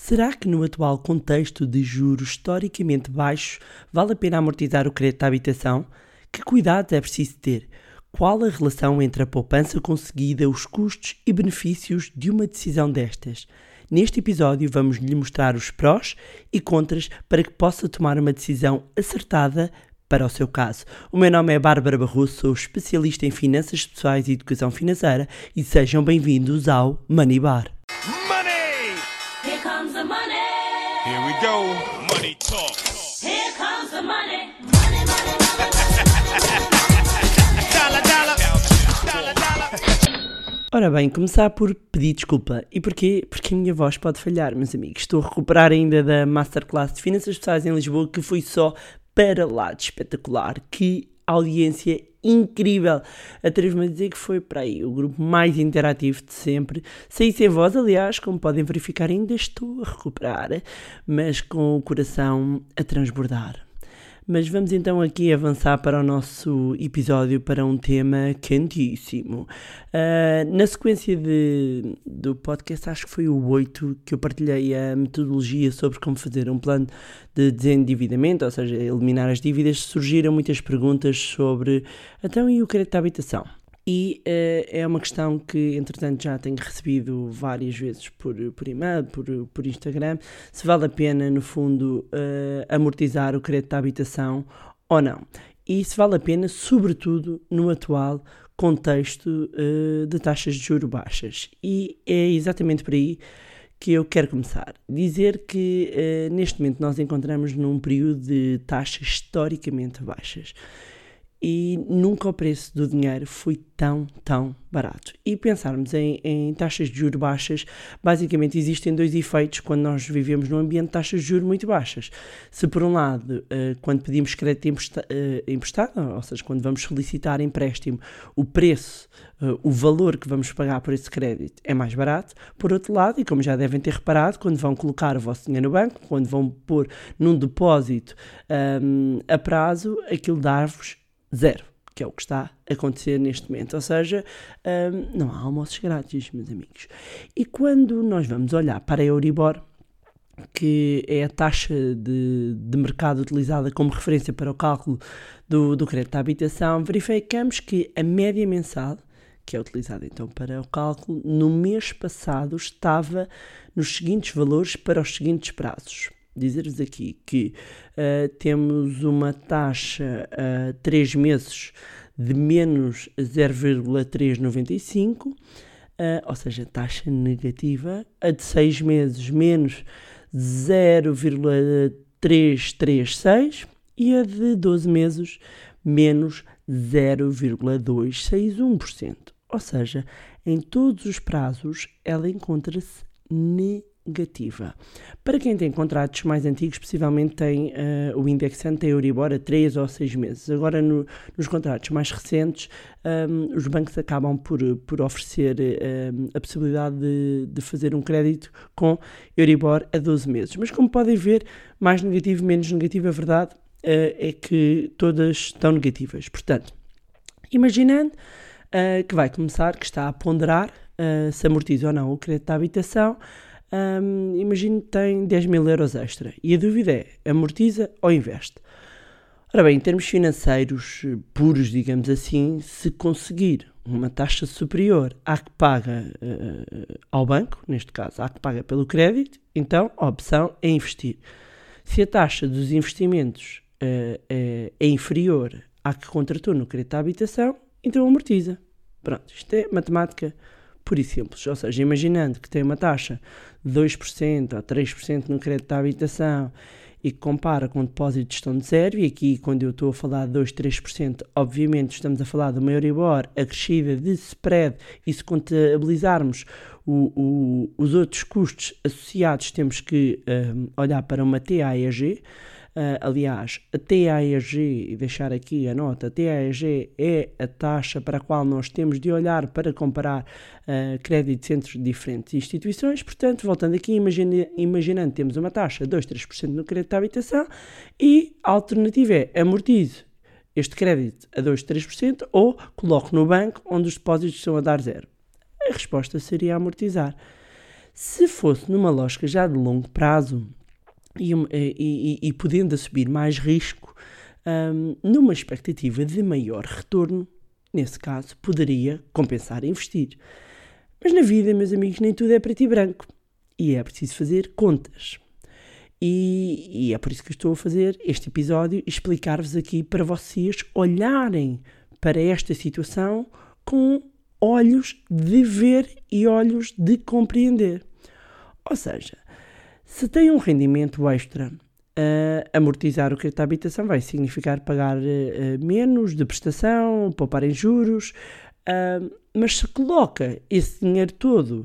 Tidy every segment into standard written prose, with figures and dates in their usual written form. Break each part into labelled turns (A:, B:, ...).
A: Será que no atual contexto de juros historicamente baixos vale a pena amortizar o crédito à habitação? Que cuidados é preciso ter? Qual a relação entre a poupança conseguida, os custos e benefícios de uma decisão destas? Neste episódio vamos lhe mostrar os prós e contras para que possa tomar uma decisão acertada para o seu caso. O meu nome é Bárbara Barroso, sou especialista em finanças pessoais e educação financeira e sejam bem-vindos ao Money Bar.
B: Money!
C: Here comes the money.
B: Here we go. Money talk.
C: Here comes the money. Money, money, money,
B: Dollar, dollar. Dollar, dollar.
A: Ora bem, começar por pedir desculpa. E porquê? Porque a minha voz pode falhar, meus amigos. Estou a recuperar ainda da Masterclass de Finanças Pessoais em Lisboa, que foi só para lá de espetacular. Que audiência incrível! Atrevo-me a dizer que foi para aí o grupo mais interativo de sempre. Saí sem voz, aliás, como podem verificar, ainda estou a recuperar, mas com o coração a transbordar. Mas vamos então aqui avançar para o nosso episódio, para um tema quentíssimo. Na sequência do podcast, acho que foi o 8, que eu partilhei a metodologia sobre como fazer um plano de desendividamento, ou seja, eliminar as dívidas. Surgiram muitas perguntas sobre, então, e o crédito à habitação? E é uma questão que, entretanto, já tenho recebido várias vezes por e-mail, por Instagram, se vale a pena, no fundo, amortizar o crédito à habitação ou não. E se vale a pena, sobretudo, no atual contexto de taxas de juros baixas. E é exatamente por aí que eu quero começar. Dizer que, neste momento, nós encontramos num período de taxas historicamente baixas. E nunca o preço do dinheiro foi tão barato. E pensarmos em taxas de juros baixas, basicamente existem dois efeitos quando nós vivemos num ambiente de taxas de juros muito baixas. Se por um lado, quando pedimos crédito emprestado, ou seja, quando vamos solicitar empréstimo, o preço, o valor que vamos pagar por esse crédito é mais barato. Por outro lado, e como já devem ter reparado, quando vão colocar o vosso dinheiro no banco, quando vão pôr num depósito a prazo, aquilo dá-vos zero, que é o que está a acontecer neste momento. Ou seja, não há almoços grátis, meus amigos. E quando nós vamos olhar para a Euribor, que é a taxa de mercado utilizada como referência para o cálculo do crédito à habitação, verificamos que a média mensal, que é utilizada então para o cálculo, no mês passado estava nos seguintes valores para os seguintes prazos. Dizer-vos aqui que temos uma taxa a 3 meses de menos 0,395, ou seja, taxa negativa, a de 6 meses menos 0,336 e a de 12 meses menos 0,261%. Ou seja, em todos os prazos ela encontra-se negativa. Para quem tem contratos mais antigos, possivelmente tem o indexante da Euribor a 3 ou 6 meses. Agora, nos contratos mais recentes, os bancos acabam por oferecer a possibilidade de fazer um crédito com Euribor a 12 meses. Mas como podem ver, mais negativo, menos negativo, a verdade é que todas estão negativas. Portanto, imaginando que vai começar, que está a ponderar se amortiza ou não o crédito à habitação, imagino que tem 10 mil euros extra e a dúvida é, amortiza ou investe? Ora bem, em termos financeiros puros, digamos assim, se conseguir uma taxa superior à que paga ao banco, neste caso, à que paga pelo crédito, então a opção é investir. Se a taxa dos investimentos é inferior à que contratou no crédito à habitação, então amortiza. Pronto, isto é matemática pura e simples, ou seja, imaginando que tem uma taxa de 2% ou 3% no crédito à habitação e que compara com depósitos de gestão de zero, e aqui quando eu estou a falar de 2%, 3%, obviamente estamos a falar de uma Euribor acrescida de spread, e se contabilizarmos os outros custos associados, temos que olhar para uma TAEG. Aliás, a TAEG, e deixar aqui a nota, a TAEG é a taxa para a qual nós temos de olhar para comparar créditos entre diferentes instituições. Portanto, voltando aqui, imaginando temos uma taxa de 2, 3% no crédito à habitação e a alternativa é amortizo este crédito a 2, 3% ou coloco no banco onde os depósitos estão a dar zero. A resposta seria amortizar. Se fosse numa lógica já de longo prazo e podendo assumir mais risco, numa expectativa de maior retorno, nesse caso, poderia compensar investir. Mas na vida, meus amigos, nem tudo é preto e branco. E é preciso fazer contas. E é por isso que eu estou a fazer este episódio e explicar-vos aqui para vocês olharem para esta situação com olhos de ver e olhos de compreender. Ou seja, se tem um rendimento extra, amortizar o crédito de habitação vai significar pagar menos de prestação, poupar em juros, mas se coloca esse dinheiro todo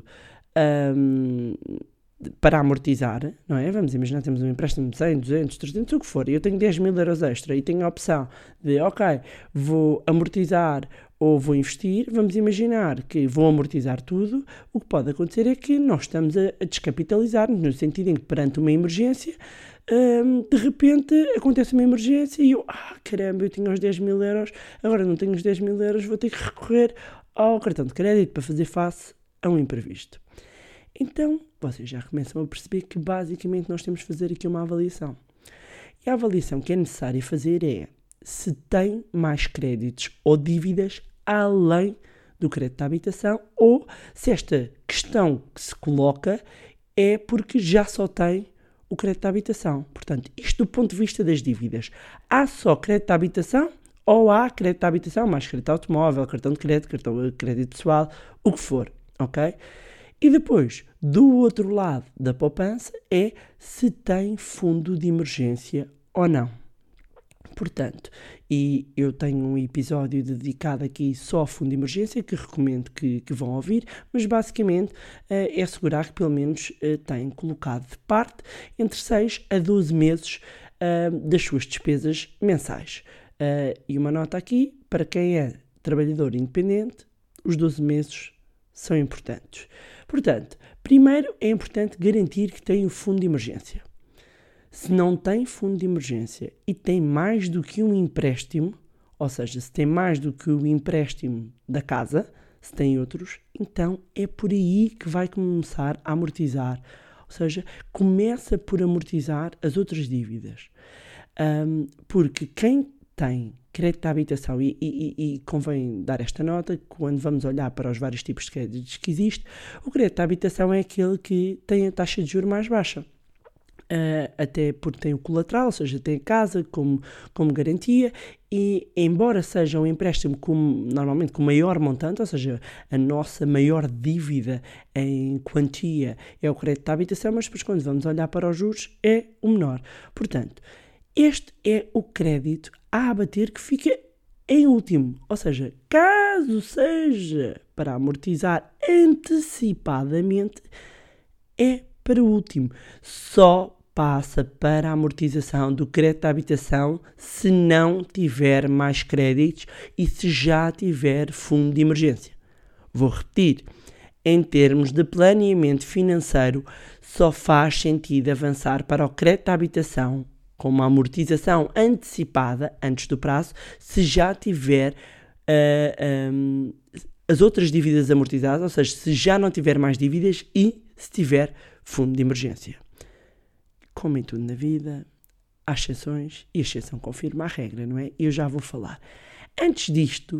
A: para amortizar, não é? Vamos imaginar que temos um empréstimo de 100, 200, 300, o que for, e eu tenho 10 mil euros extra e tenho a opção de, ok, vou amortizar ou vou investir. Vamos imaginar que vou amortizar tudo. O que pode acontecer é que nós estamos a descapitalizar-nos, no sentido em que perante uma emergência, de repente acontece uma emergência e eu, caramba, eu tinha os 10 mil euros, agora não tenho os 10 mil euros, vou ter que recorrer ao cartão de crédito para fazer face a um imprevisto. Então, vocês já começam a perceber que basicamente nós temos de fazer aqui uma avaliação. E a avaliação que é necessária fazer é se tem mais créditos ou dívidas além do crédito de habitação, ou se esta questão que se coloca é porque já só tem o crédito de habitação. Portanto, isto do ponto de vista das dívidas. Há só crédito de habitação ou há crédito de habitação, mais crédito de automóvel, cartão de crédito pessoal, o que for, ok? E depois, do outro lado da poupança, é se tem fundo de emergência ou não. Portanto, e eu tenho um episódio dedicado aqui só ao fundo de emergência, que recomendo que vão ouvir, mas basicamente é assegurar que pelo menos têm colocado de parte entre 6 a 12 meses das suas despesas mensais. E uma nota aqui, para quem é trabalhador independente, os 12 meses são importantes. Portanto, primeiro é importante garantir que tem o fundo de emergência. Se não tem fundo de emergência e tem mais do que um empréstimo, ou seja, se tem mais do que o empréstimo da casa, se tem outros, então é por aí que vai começar a amortizar. Ou seja, começa por amortizar as outras dívidas. Porque quem tem crédito de habitação, e convém dar esta nota, quando vamos olhar para os vários tipos de créditos que existem, o crédito de habitação é aquele que tem a taxa de juros mais baixa. Até porque tem o colateral, ou seja, tem a casa como garantia, e embora seja um empréstimo normalmente com maior montante, ou seja, a nossa maior dívida em quantia é o crédito de habitação, mas depois quando vamos olhar para os juros é o menor. Portanto, este é o crédito a abater que fica em último, ou seja, caso seja para amortizar antecipadamente, é para o último. Só passa para a amortização do crédito de habitação se não tiver mais créditos e se já tiver fundo de emergência. Vou repetir. Em termos de planeamento financeiro, só faz sentido avançar para o crédito de habitação com uma amortização antecipada, antes do prazo, se já tiver as outras dívidas amortizadas, ou seja, se já não tiver mais dívidas e se tiver fundo de emergência. Como em tudo na vida, há exceções e a exceção confirma a regra, não é? Eu já vou falar. Antes disto,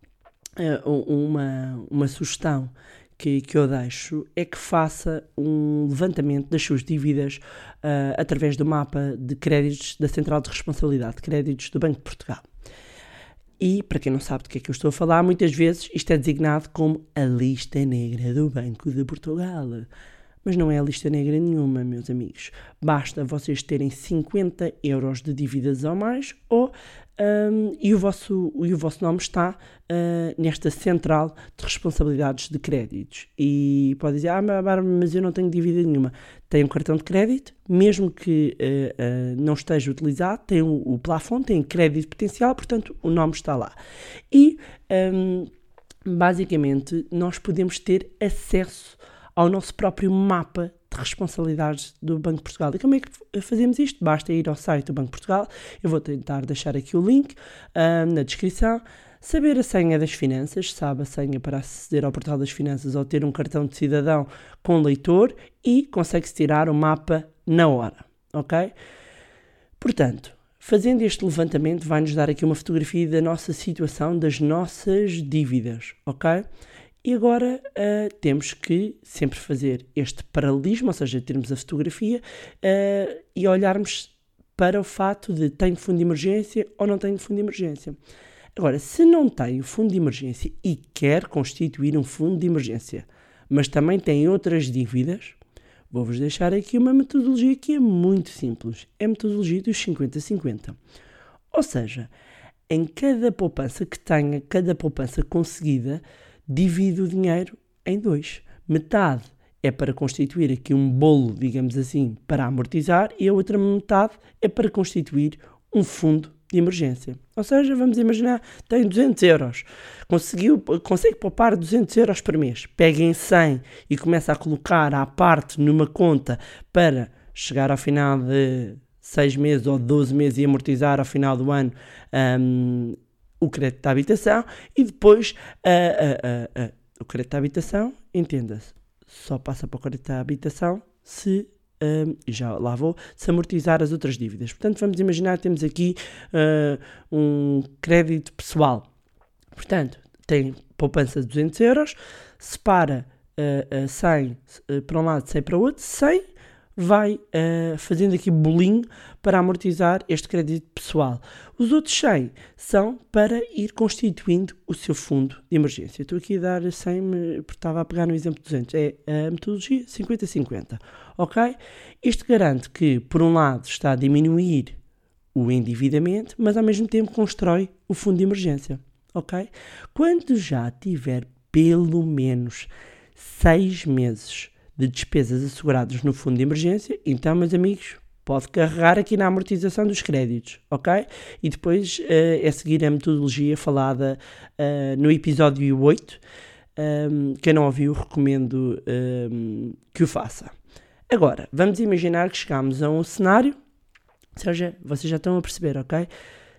A: uma sugestão que eu deixo é que faça um levantamento das suas dívidas através do mapa de créditos da Central de Responsabilidade de Créditos do Banco de Portugal. E, para quem não sabe do que é que eu estou a falar, muitas vezes isto é designado como a lista negra do Banco de Portugal. Mas não é a lista negra nenhuma, meus amigos. Basta vocês terem 50 euros de dívidas ou mais, e o vosso nome está nesta central de responsabilidades de créditos. E pode dizer, Bárbara, mas eu não tenho dívida nenhuma. Tem um cartão de crédito, mesmo que não esteja utilizado, tem o plafond, tem crédito potencial, portanto o nome está lá. E basicamente nós podemos ter acesso ao nosso próprio mapa de responsabilidades do Banco de Portugal. E como é que fazemos isto? Basta ir ao site do Banco de Portugal. Eu vou tentar deixar aqui o link na descrição. Saber a senha das finanças, sabe a senha para aceder ao portal das finanças ou ter um cartão de cidadão com leitor e consegue-se tirar o mapa na hora, ok? Portanto, fazendo este levantamento vai-nos dar aqui uma fotografia da nossa situação, das nossas dívidas, ok? E agora temos que sempre fazer este paralelismo, ou seja, termos a fotografia e olharmos para o fato de tenho fundo de emergência ou não tenho fundo de emergência. Agora, se não tem o fundo de emergência e quer constituir um fundo de emergência, mas também tem outras dívidas, vou-vos deixar aqui uma metodologia que é muito simples. É a metodologia dos 50-50. Ou seja, em cada poupança que tenha, cada poupança conseguida, divide o dinheiro em 2. Metade é para constituir aqui um bolo, digamos assim, para amortizar e a outra metade é para constituir um fundo de emergência. Ou seja, vamos imaginar, tem 200 euros, consegue poupar 200 euros por mês, pega em 100 e começa a colocar à parte numa conta para chegar ao final de 6 meses ou 12 meses e amortizar ao final do ano o crédito da habitação e depois o crédito da habitação, entenda-se, só passa para o crédito da habitação se já lá vou, se amortizar as outras dívidas. Portanto, vamos imaginar que temos aqui um crédito pessoal. Portanto, tem poupança de 200 euros, separa 100 para um lado, 100 para o outro, 100 vai fazendo aqui bolinho para amortizar este crédito pessoal. Os outros 100 são para ir constituindo o seu fundo de emergência. Estou aqui a dar 100, porque estava a pegar no exemplo de 200. É a metodologia 50-50. Ok? Isto garante que, por um lado, está a diminuir o endividamento, mas ao mesmo tempo constrói o fundo de emergência. Ok? Quando já tiver pelo menos 6 meses de despesas asseguradas no fundo de emergência, então, meus amigos, pode carregar aqui na amortização dos créditos, ok? E depois é seguir a metodologia falada no episódio 8. Quem não ouviu, recomendo que o faça. Agora, vamos imaginar que chegamos a um cenário, ou seja, vocês já estão a perceber, ok?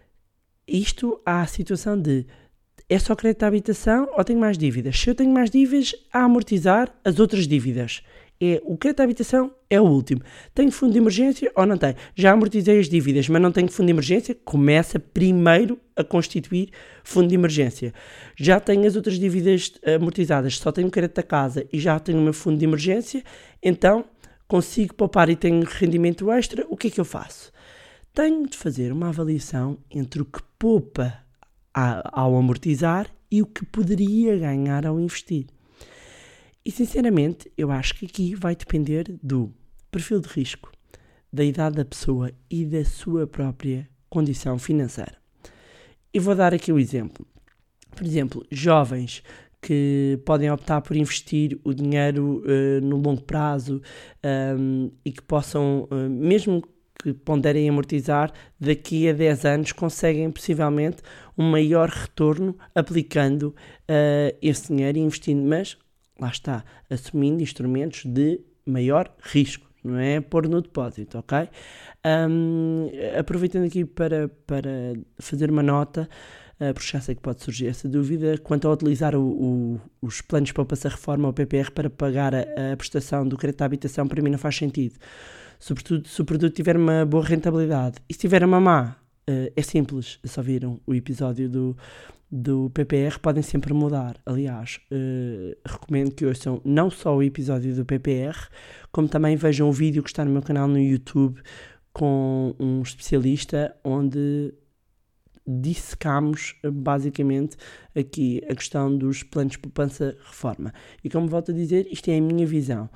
A: Isto há a situação de é só crédito à habitação ou tenho mais dívidas? Se eu tenho mais dívidas, a amortizar as outras dívidas. O crédito à habitação é o último. Tenho fundo de emergência ou não tenho? Já amortizei as dívidas, mas não tenho fundo de emergência? Começa primeiro a constituir fundo de emergência. Já tenho as outras dívidas amortizadas, só tenho crédito da casa e já tenho o meu fundo de emergência, então consigo poupar e tenho rendimento extra. O que é que eu faço? Tenho de fazer uma avaliação entre o que poupa ao amortizar e o que poderia ganhar ao investir. E sinceramente, eu acho que aqui vai depender do perfil de risco, da idade da pessoa e da sua própria condição financeira. E vou dar aqui um exemplo. Por exemplo, jovens que podem optar por investir o dinheiro no longo prazo e que possam, mesmo que ponderem amortizar, daqui a 10 anos conseguem possivelmente um maior retorno aplicando esse dinheiro e investindo, mas lá está, assumindo instrumentos de maior risco, não é pôr no depósito, ok? Aproveitando aqui para fazer uma nota, porque já sei que pode surgir essa dúvida, quanto a utilizar os planos de poupança reforma ou PPR para pagar a prestação do crédito à habitação, para mim não faz sentido. Sobretudo se o produto tiver uma boa rentabilidade. E se tiver uma má, é simples. Só viram o episódio do PPR, podem sempre mudar. Aliás, recomendo que ouçam não só o episódio do PPR, como também vejam o vídeo que está no meu canal no YouTube com um especialista, onde dissecamos basicamente aqui a questão dos planos de poupança reforma. E como volto a dizer, isto é a minha visão.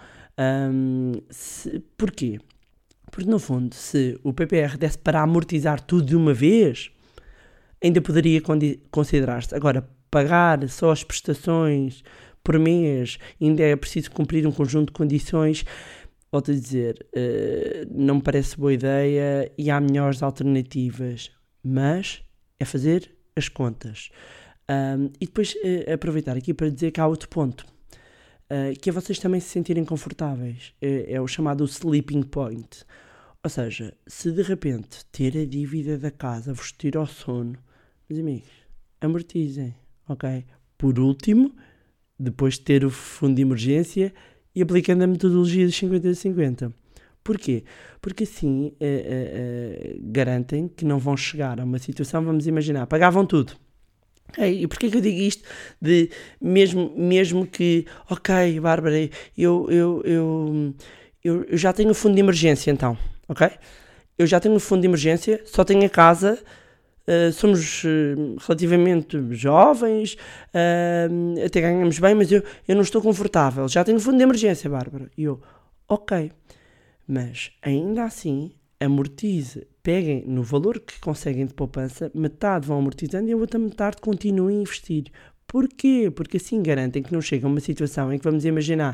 A: Porquê? Porque no fundo, se o PPR desse para amortizar tudo de uma vez, ainda poderia considerar-se. Agora, pagar só as prestações por mês, ainda é preciso cumprir um conjunto de condições, volto a dizer, não me parece boa ideia e há melhores alternativas, mas é fazer as contas. E depois aproveitar aqui para dizer que há outro ponto, que é vocês também se sentirem confortáveis, é o chamado sleeping point. Ou seja, se de repente ter a dívida da casa vos tira ao sono, meus amigos, amortizem, ok? Por último, depois de ter o fundo de emergência e aplicando a metodologia dos 50-50. Porquê? Porque assim garantem que não vão chegar a uma situação, vamos imaginar, pagavam tudo. E porquê que eu digo isto? De mesmo que, ok, Bárbara, eu já tenho o fundo de emergência então, ok? Eu já tenho o fundo de emergência, só tenho a casa, somos relativamente jovens, até ganhamos bem, mas eu não estou confortável. Já tenho o fundo de emergência, Bárbara. E eu, ok. Mas, ainda assim, amortize. Peguem no valor que conseguem de poupança, metade vão amortizando e a outra metade continuem a investir. Porquê? Porque assim garantem que não chega a uma situação em que, vamos imaginar,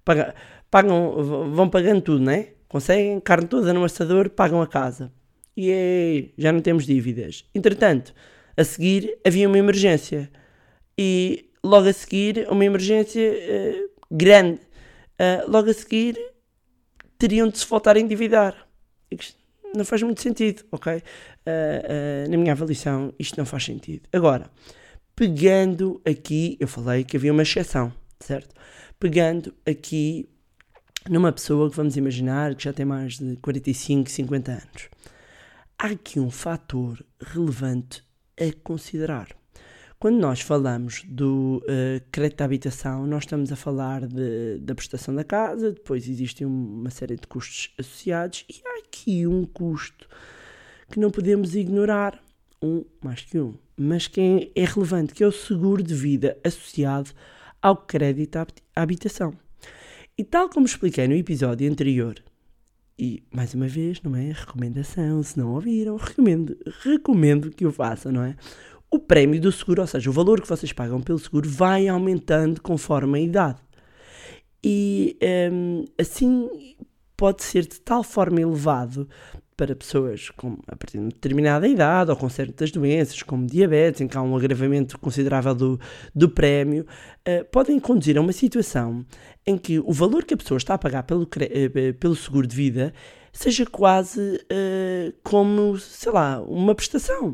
A: vão pagando tudo, não é? Conseguem, carne toda no assador, pagam a casa. E já não temos dívidas. Entretanto, a seguir havia uma emergência. E logo a seguir, uma emergência grande. Logo a seguir, teriam de se voltar a endividar. Isto não faz muito sentido, ok? Na minha avaliação, isto não faz sentido. Agora, pegando aqui, eu falei que havia uma exceção, certo? Pegando aqui numa pessoa que vamos imaginar que já tem mais de 45, 50 anos. Há aqui um fator relevante a considerar. Quando nós falamos do crédito de habitação, nós estamos a falar da prestação da casa, depois existe uma série de custos associados e há aqui um custo que não podemos ignorar, mais que um, mas que é relevante, que é o seguro de vida associado ao crédito à habitação. E tal como expliquei no episódio anterior, e mais uma vez, não é recomendação, se não ouviram, recomendo que o façam, não é? O prémio do seguro, ou seja, o valor que vocês pagam pelo seguro vai aumentando conforme a idade. E assim pode ser de tal forma elevado para pessoas a partir de uma determinada idade ou com certas doenças, como diabetes, em que há um agravamento considerável do prémio, podem conduzir a uma situação em que o valor que a pessoa está a pagar pelo seguro de vida seja quase como, sei lá, uma prestação.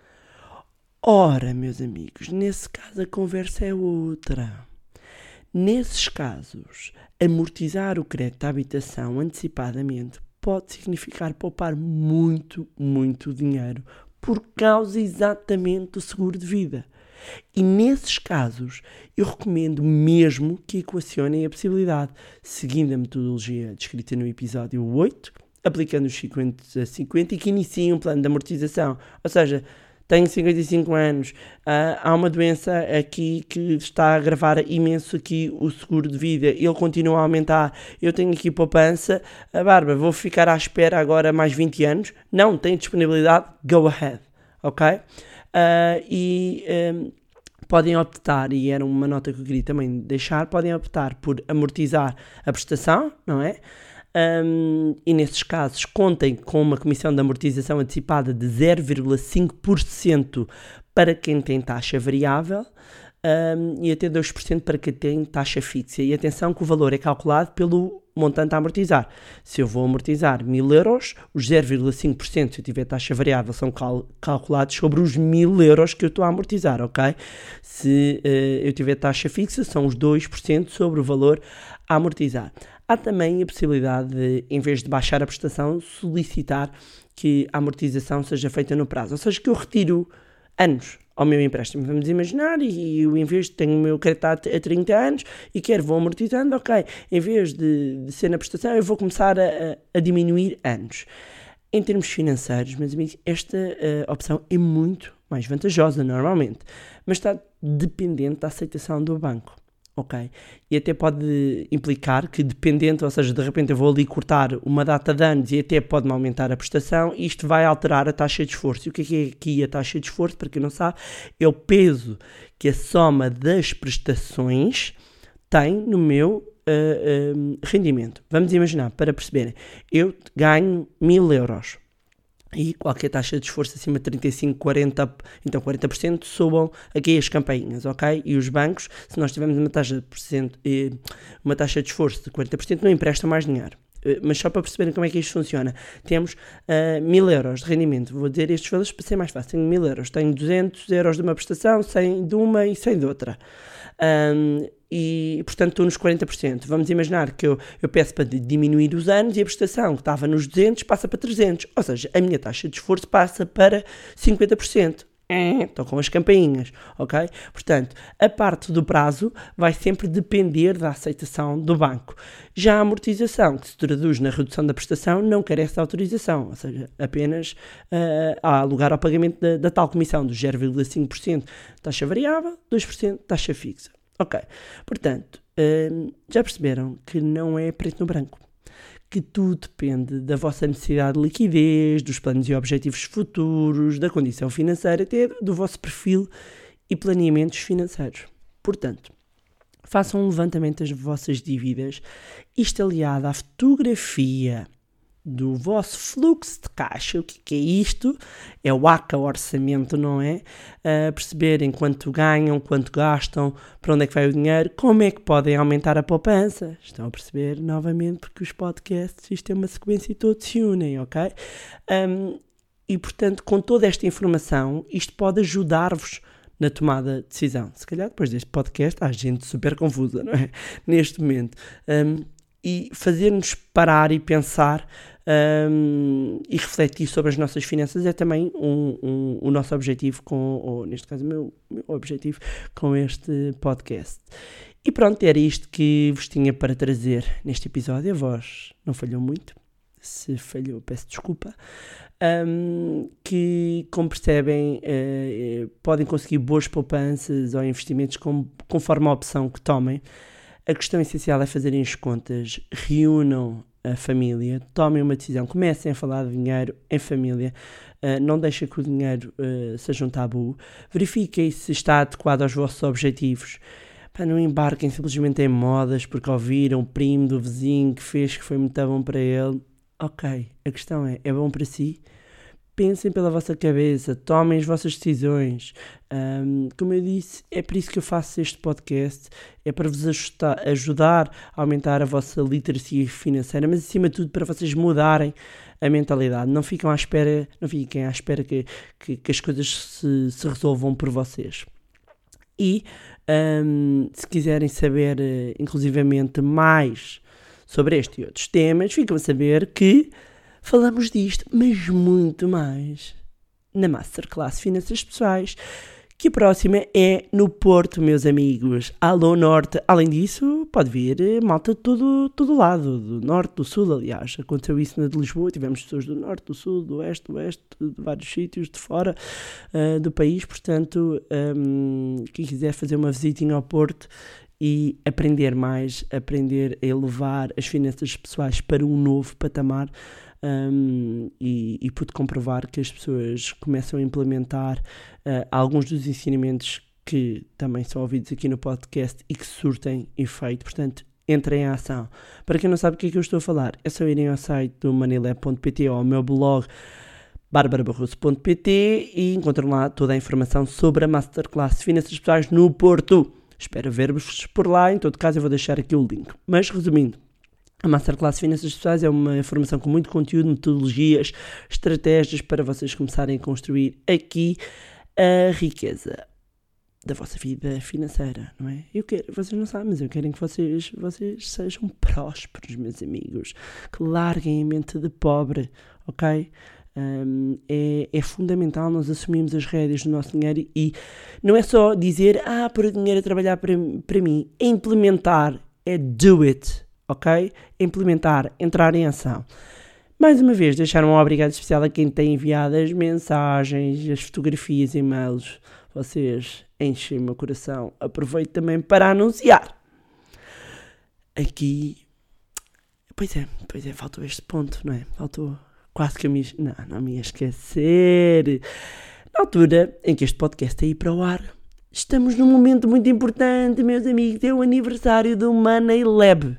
A: Ora, meus amigos, nesse caso a conversa é outra. Nesses casos, amortizar o crédito à habitação antecipadamente pode significar poupar muito, muito dinheiro por causa exatamente do seguro de vida. E nesses casos, eu recomendo mesmo que equacionem a possibilidade, seguindo a metodologia descrita no episódio 8, aplicando os 50-50 e que iniciem um plano de amortização. Ou seja, tenho 55 anos, há uma doença aqui que está a agravar imenso aqui o seguro de vida, ele continua a aumentar, eu tenho aqui poupança, Bárbara, vou ficar à espera agora mais 20 anos? Não, tem disponibilidade, go ahead, ok? Podem optar, e era uma nota que eu queria também deixar, podem optar por amortizar a prestação, não é? E nesses casos contem com uma comissão de amortização antecipada de 0,5% para quem tem taxa variável e até 2% para quem tem taxa fixa. E atenção que o valor é calculado pelo montante a amortizar. Se eu vou amortizar 1.000 euros, os 0,5%, se eu tiver taxa variável, são calculados sobre os 1.000 euros que eu estou a amortizar, ok? Se eu tiver taxa fixa, são os 2% sobre o valor a amortizar. Há também a possibilidade de, em vez de baixar a prestação, solicitar que a amortização seja feita no prazo. Ou seja, que eu retiro anos ao meu empréstimo. Vamos imaginar, e eu em vez de tenho o meu crédito a 30 anos e vou amortizando, ok, em vez de ser na prestação, eu vou começar a diminuir anos. Em termos financeiros, meus amigos, esta opção é muito mais vantajosa normalmente, mas está dependente da aceitação do banco. Ok? E até pode implicar que dependente, ou seja, de repente eu vou ali cortar uma data de anos e até pode-me aumentar a prestação e isto vai alterar a taxa de esforço. E o que é aqui a taxa de esforço? Para quem não sabe, é o peso que a soma das prestações tem no meu rendimento. Vamos imaginar, para perceberem, eu ganho 1.000 euros. E qualquer taxa de esforço acima de 35, 40, então 40% subam aqui as campainhas, ok? E os bancos, se nós tivermos uma taxa de esforço de 40%, não emprestam mais dinheiro. Mas só para perceberem como é que isto funciona. Temos 1000 euros de rendimento. Vou dizer estes valores para ser mais fácil. Tenho 1000 euros. Tenho 200 euros de uma prestação, 100 de uma e 100 de outra. E, portanto, estou nos 40%. Vamos imaginar que eu peço para diminuir os anos e a prestação que estava nos 200 passa para 300. Ou seja, a minha taxa de esforço passa para 50%. Estão com as campainhas, ok? Portanto, a parte do prazo vai sempre depender da aceitação do banco. Já a amortização, que se traduz na redução da prestação, não carece de autorização, ou seja, apenas há lugar ao pagamento da tal comissão dos 0,5% taxa variável, 2% taxa fixa. Ok, portanto, já perceberam que não é preto no branco. Que tudo depende da vossa necessidade de liquidez, dos planos e objetivos futuros, da condição financeira, até do vosso perfil e planeamentos financeiros. Portanto, façam um levantamento das vossas dívidas, isto aliado à fotografia do vosso fluxo de caixa. O que é isto? É o ACA orçamento, não é? Perceberem quanto ganham, quanto gastam, para onde é que vai o dinheiro, como é que podem aumentar a poupança. Estão a perceber novamente, porque os podcasts, isto é uma sequência e todos se unem, ok? E portanto, com toda esta informação, isto pode ajudar-vos na tomada de decisão. Se calhar depois deste podcast há gente super confusa, não é? Neste momento. E fazer-nos parar e pensar e refletir sobre as nossas finanças é também o nosso objetivo, ou neste caso o meu objetivo com este podcast. E pronto, era isto que vos tinha para trazer neste episódio. A voz não falhou muito, se falhou peço desculpa. Que, como percebem, podem conseguir boas poupanças ou investimentos conforme a opção que tomem. A questão essencial é fazerem as contas, reúnam a família, tomem uma decisão, comecem a falar de dinheiro em família, não deixem que o dinheiro seja um tabu, verifiquem se está adequado aos vossos objetivos, não embarquem simplesmente em modas porque ouviram o primo do vizinho que fez que foi muito bom para ele. Ok, a questão é bom para si? Pensem pela vossa cabeça, tomem as vossas decisões. Como eu disse, é por isso que eu faço este podcast, é para vos ajudar a aumentar a vossa literacia financeira, mas acima de tudo para vocês mudarem a mentalidade. Não fiquem à espera que as coisas se resolvam por vocês. E se quiserem saber inclusivamente mais sobre este e outros temas, ficam a saber que falamos disto, mas muito mais, na Masterclass Finanças Pessoais, que a próxima é no Porto, meus amigos. Alô Norte. Além disso, pode vir malta de todo lado, do Norte, do Sul, aliás. Aconteceu isso na de Lisboa, tivemos pessoas do Norte, do Sul, do Oeste, de vários sítios, de fora do país. Portanto, quem quiser fazer uma visitinha ao Porto e aprender mais, aprender a elevar as finanças pessoais para um novo patamar, e pude comprovar que as pessoas começam a implementar alguns dos ensinamentos que também são ouvidos aqui no podcast e que surtem efeito. Portanto, entrem em ação. Para quem não sabe o que é que eu estou a falar, é só irem ao site do moneylab.pt ou ao meu blog barbarabarroso.pt e encontram lá toda a informação sobre a Masterclass Finanças Pessoais no Porto. Espero ver-vos por lá. Em todo caso, eu vou deixar aqui o link. Mas, resumindo, a Masterclass Finanças Pessoais é uma formação com muito conteúdo, metodologias, estratégias para vocês começarem a construir aqui a riqueza da vossa vida financeira, não é? Vocês não sabem, mas eu quero que vocês sejam prósperos, meus amigos, que larguem a mente de pobre, ok? É fundamental nós assumirmos as rédeas do nosso dinheiro e não é só dizer, pôr o dinheiro a trabalhar para mim, é implementar, é do it. Ok? Implementar, entrar em ação. Mais uma vez, deixar um obrigado especial a quem tem enviado as mensagens, as fotografias, e-mails. Vocês enchem o meu coração. Aproveito também para anunciar. Aqui... Pois é, faltou este ponto, não é? Faltou quase que não me ia esquecer. Na altura em que este podcast é ir para o ar, estamos num momento muito importante, meus amigos. É o aniversário do Money Lab.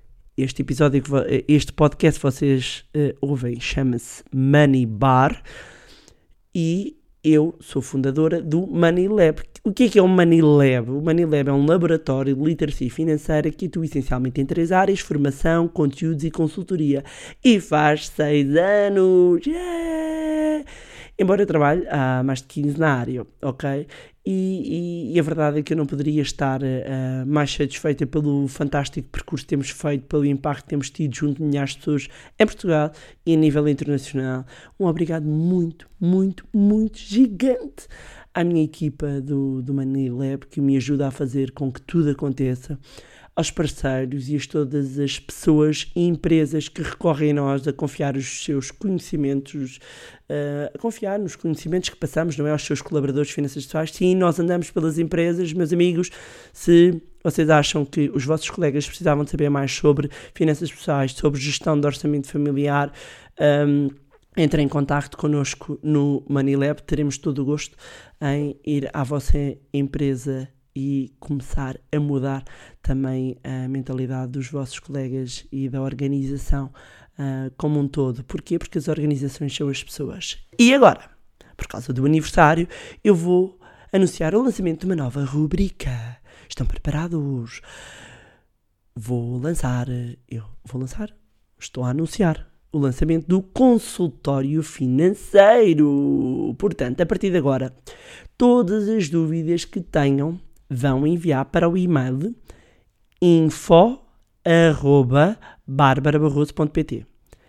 A: Este podcast vocês ouvem, chama-se Money Bar e eu sou fundadora do Money Lab. O que é o Money Lab? O Money Lab é um laboratório de literacia financeira que atua essencialmente em 3 áreas: formação, conteúdos e consultoria. E faz 6 anos! Yeah! Embora eu trabalhe há mais de 15 na área, ok? E a verdade é que eu não poderia estar mais satisfeita pelo fantástico percurso que temos feito, pelo impacto que temos tido junto de milhares de pessoas em Portugal e a nível internacional. Um obrigado muito, muito, muito gigante à minha equipa do Money Lab, que me ajuda a fazer com que tudo aconteça, aos parceiros e a todas as pessoas e empresas que recorrem a nós a confiar os seus conhecimentos, a confiar nos conhecimentos que passamos, não é, aos seus colaboradores de finanças pessoais. Sim, nós andamos pelas empresas, meus amigos. Se vocês acham que os vossos colegas precisavam de saber mais sobre finanças pessoais, sobre gestão de orçamento familiar, entrem em contacto connosco no Money Lab. Teremos todo o gosto em ir à vossa empresa e começar a mudar também a mentalidade dos vossos colegas e da organização como um todo. Porquê? Porque as organizações são as pessoas. E agora, por causa do aniversário, eu vou anunciar o lançamento de uma nova rubrica. Estão preparados? Estou a anunciar o lançamento do consultório financeiro. Portanto, a partir de agora, todas as dúvidas que tenham vão enviar para o e-mail info@barbarabarroso.pt.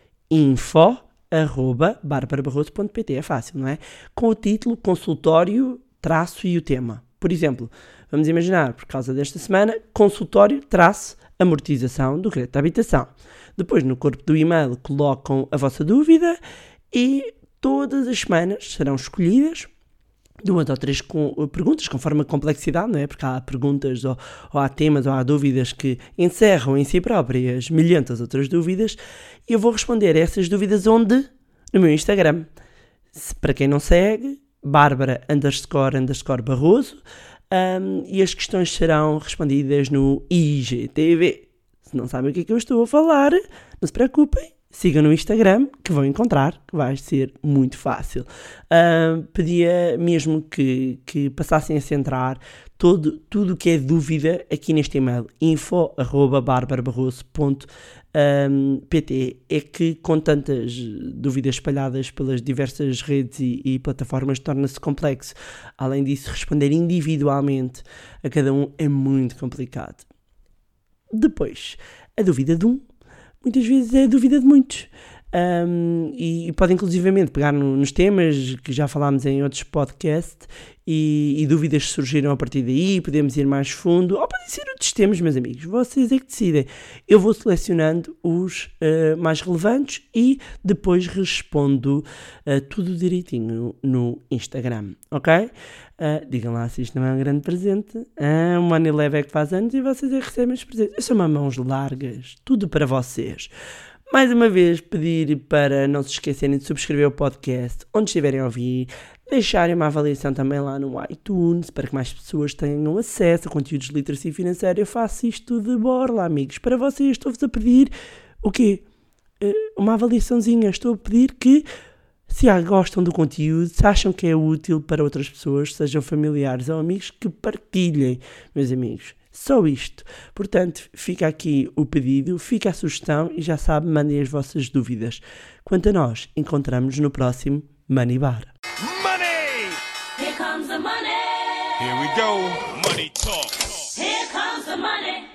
A: info@barbarabarroso.pt. É fácil, não é? Com o título, consultório, traço e o tema. Por exemplo, vamos imaginar, por causa desta semana, consultório, traço, amortização do crédito de habitação. Depois, no corpo do e-mail, colocam a vossa dúvida e todas as semanas serão escolhidas 2 ou 3 perguntas, conforme a complexidade, não é? Porque há perguntas ou há temas ou há dúvidas que encerram em si próprias milhentas outras dúvidas, e eu vou responder a essas dúvidas onde? No meu Instagram. Para quem não segue, Bárbara__Barroso, e as questões serão respondidas no IGTV. Se não sabem o que é que eu estou a falar, não se preocupem. Sigam no Instagram, que vão encontrar, que vai ser muito fácil. Pedia mesmo que passassem a centrar tudo o que é dúvida aqui neste e-mail, info@barbarabarroso.pt. É que com tantas dúvidas espalhadas pelas diversas redes e plataformas torna-se complexo. Além disso, responder individualmente a cada um é muito complicado. Depois, a dúvida de um muitas vezes é a dúvida de muitos. E pode inclusivamente pegar nos temas que já falámos em outros podcasts e dúvidas que surgiram a partir daí, podemos ir mais fundo, ou podem ser outros temas, meus amigos, vocês é que decidem. Eu vou selecionando os mais relevantes e depois respondo tudo direitinho no Instagram, ok? Digam lá se isto não é um grande presente. O Money Lab é que faz anos e vocês é que recebem os presentes. Eu sou uma mãos largas, tudo para vocês. Mais uma vez, pedir para não se esquecerem de subscrever o podcast onde estiverem a ouvir, deixarem uma avaliação também lá no iTunes para que mais pessoas tenham acesso a conteúdos de literacia financeira. Eu faço isto de borla, amigos. Para vocês, estou-vos a pedir o quê? Uma avaliaçãozinha. Estou a pedir que, se gostam do conteúdo, se acham que é útil para outras pessoas, sejam familiares ou amigos, que partilhem, meus amigos. Só isto. Portanto, fica aqui o pedido, fica a sugestão e já sabe, mandem as vossas dúvidas. Quanto a nós, encontramos-nos no próximo Money Bar.
B: Money!
C: Here comes the money.
B: Here we go. Money talk.
C: Here comes the money.